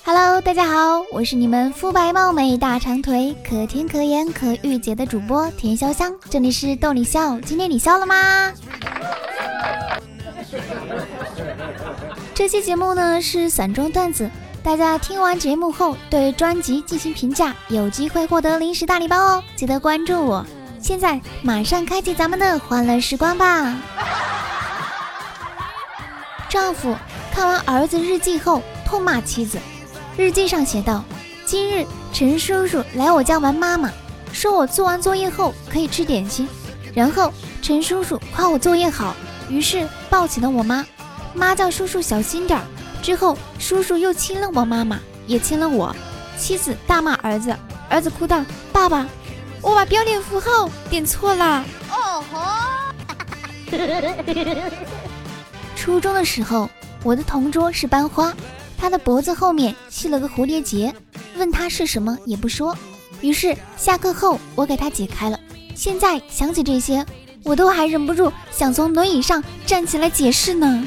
Hello， 大家好，我是你们肤白貌美大长腿可甜可盐可御姐的主播田潇香，这里是逗你笑，今天你笑了吗？这期节目呢是散装段子，大家听完节目后对专辑进行评价，有机会获得零食大礼包哦，记得关注我。现在马上开启咱们的欢乐时光吧。丈夫看完儿子日记后痛骂妻子，日记上写道：今日陈叔叔来我家玩妈妈，说我做完作业后可以吃点心，然后陈叔叔夸我作业好，于是抱起了我妈，妈叫叔叔小心点，之后叔叔又亲了我妈妈，也亲了我。妻子大骂儿子，儿子哭道：爸爸，我把标点符号点错了。哦吼！初中的时候，我的同桌是班花，他的脖子后面系了个蝴蝶结，问他是什么也不说，于是下课后我给他解开了。现在想起这些，我都还忍不住想从轮椅上站起来解释呢。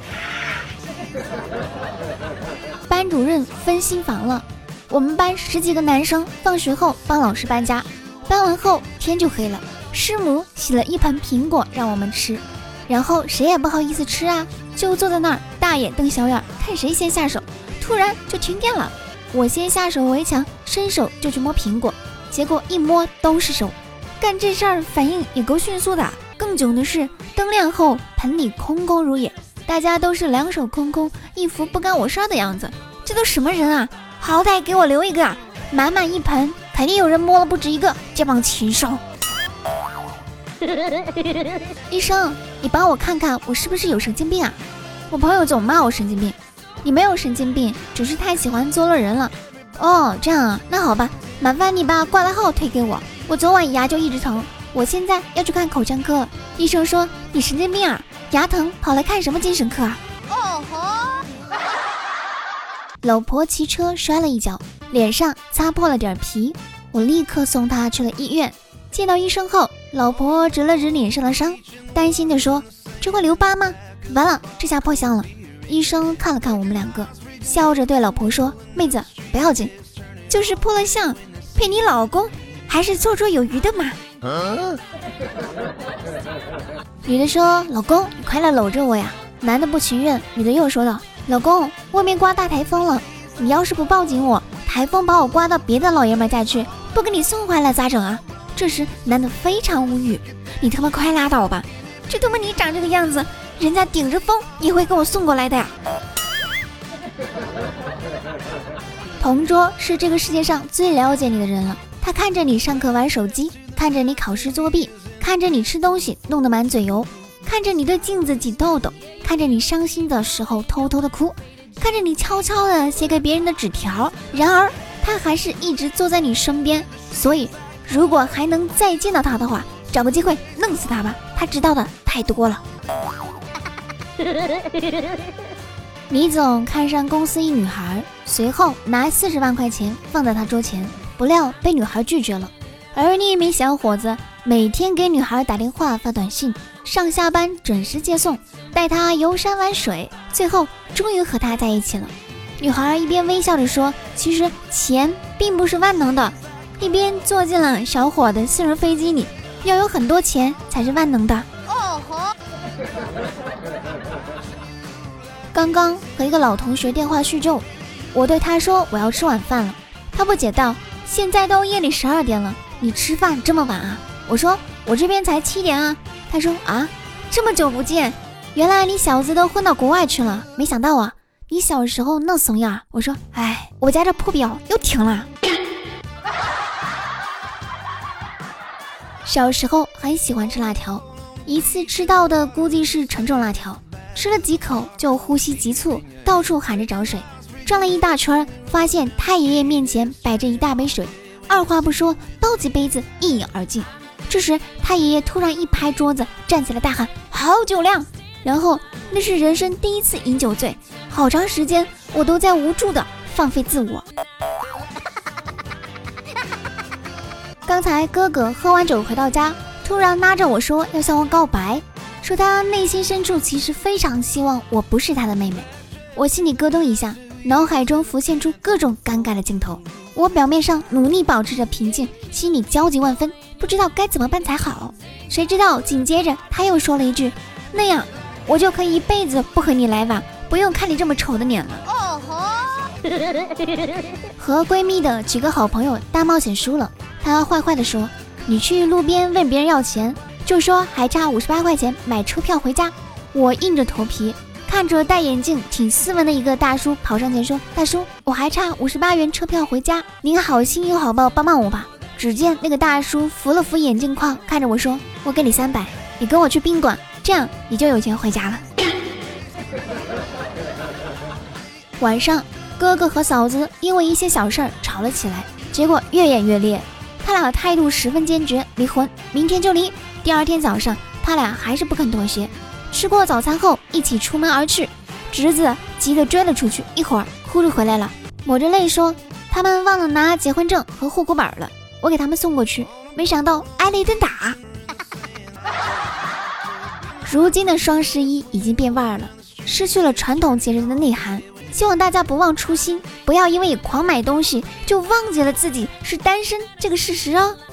班主任分新房了，我们班10几个男生放学后帮老师搬家，搬完后天就黑了，师母洗了一盆苹果让我们吃，然后谁也不好意思吃啊，就坐在那儿大眼瞪小眼看谁先下手，突然就停电了，我先下手为强，伸手就去摸苹果，结果一摸都是手，干这事儿反应也够迅速的。更囧的是灯亮后盆里空空如也，大家都是两手空空，一副不干我事儿的样子，这都什么人啊，好歹给我留一个啊，满满一盆肯定有人摸了不止一个，这帮禽兽。医生，你帮我看看我是不是有神经病啊？我朋友总骂我神经病。你没有神经病，只是太喜欢作乐人了。哦，这样啊，那好吧，麻烦你把挂了号推给我，我昨晚牙就一直疼，我现在要去看口腔科。医生说你神经病啊，牙疼跑来看什么精神科啊？哦吼！老婆骑车摔了一跤，脸上擦破了点皮，我立刻送她去了医院。见到医生后，老婆指了指脸上的伤，担心地说：这会留疤吗？完了，这下破相了。医生看了看我们两个，笑着对老婆说：妹子不要紧，就是破了相，陪你老公还是绰绰有余的嘛。女的说：老公你快来搂着我呀。男的不情愿，女的又说道：老公外面刮大台风了，你要是不抱紧我，台风把我刮到别的老爷们家去，不给你送回来咋整啊？这时男的非常无语，你他妈快拉倒吧，就他妈你长这个样子，人家顶着风也会给我送过来的呀。同桌是这个世界上最了解你的人了，他看着你上课玩手机，看着你考试作弊，看着你吃东西弄得满嘴油，看着你对镜子挤痘痘，看着你伤心的时候偷偷的哭，看着你悄悄的写给别人的纸条，然而他还是一直坐在你身边，所以如果还能再见到他的话，找个机会弄死他吧，他知道的太多了。李总看上公司一女孩，随后拿40万块钱放在他桌前，不料被女孩拒绝了。而另一名小伙子每天给女孩打电话发短信，上下班准时接送，带她游山玩水，最后终于和她在一起了。女孩一边微笑着说，其实钱并不是万能的，一边坐进了小伙的私人飞机里，要有很多钱才是万能的。哦吼！刚刚和一个老同学电话叙旧，我对他说我要吃晚饭了，他不解道：现在都夜里12点了，你吃饭这么晚啊？我说我这边才7点啊。他说啊，这么久不见，原来你小子都混到国外去了，没想到啊，你小时候那怂样。我说哎，我家这破表又停了。小时候很喜欢吃辣条，一次吃到的估计是称重辣条，吃了几口就呼吸急促，到处喊着找水，转了一大圈，发现太爷爷面前摆着一大杯水，二话不说倒几杯子一饮而尽。这时太爷爷突然一拍桌子，站起来大喊好酒量，然后那是人生第一次饮酒醉，好长时间我都在无助的放飞自我。刚才哥哥喝完酒回到家，突然拉着我说要向我告白，说他内心深处其实非常希望我不是他的妹妹。我心里咯噔一下， 脑海中浮现出各种尴尬的镜头。我表面上努力保持着平静，心里焦急万分，不知道该怎么办才好。谁知道紧接着他又说了一句，那样我就可以一辈子不和你来往，不用看你这么丑的脸了。和闺蜜的几个好朋友大冒险输了，她坏坏的说，你去路边问别人要钱，就说还差58块钱买车票回家。我硬着头皮看着戴眼镜挺斯文的一个大叔跑上前说，大叔，我还差58元车票回家，您好心有好报，帮帮我吧。只见那个大叔扶了扶眼镜框，看着我说，我给你300，你跟我去宾馆，这样你就有钱回家了。晚上哥哥和嫂子因为一些小事儿吵了起来，结果越演越烈，他俩态度十分坚决，离婚，明天就离。第二天早上他俩还是不肯妥协，吃过早餐后一起出门而去。侄子急得追了出去，一会儿哭着回来了，抹着泪说他们忘了拿结婚证和户口本了，我给他们送过去，没想到挨了一顿打。如今的双11已经变味儿了，失去了传统节日的内涵，希望大家不忘初心，不要因为狂买东西就忘记了自己是单身这个事实哦。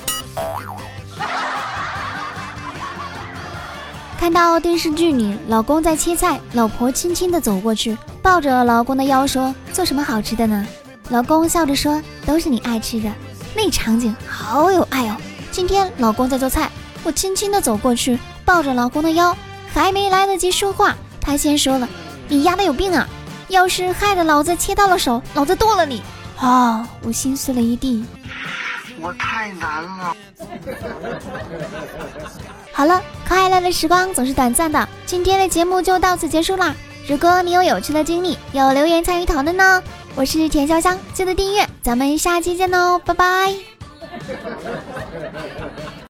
看到电视剧里老公在切菜，老婆轻轻地走过去，抱着老公的腰说，做什么好吃的呢？老公笑着说，都是你爱吃的。那场景好有爱哦。今天老公在做菜，我轻轻地走过去，抱着老公的腰，还没来得及说话，他先说了，你丫的有病啊，要是害得老子切到了手，老子剁了你。我心碎了一地， 我太难了。 好了，快乐的时光总是短暂的，今天的节目就到此结束啦。如果你有趣的经历，有留言参与讨论呢，我是田潇湘，记得订阅，咱们下期见哦，拜拜。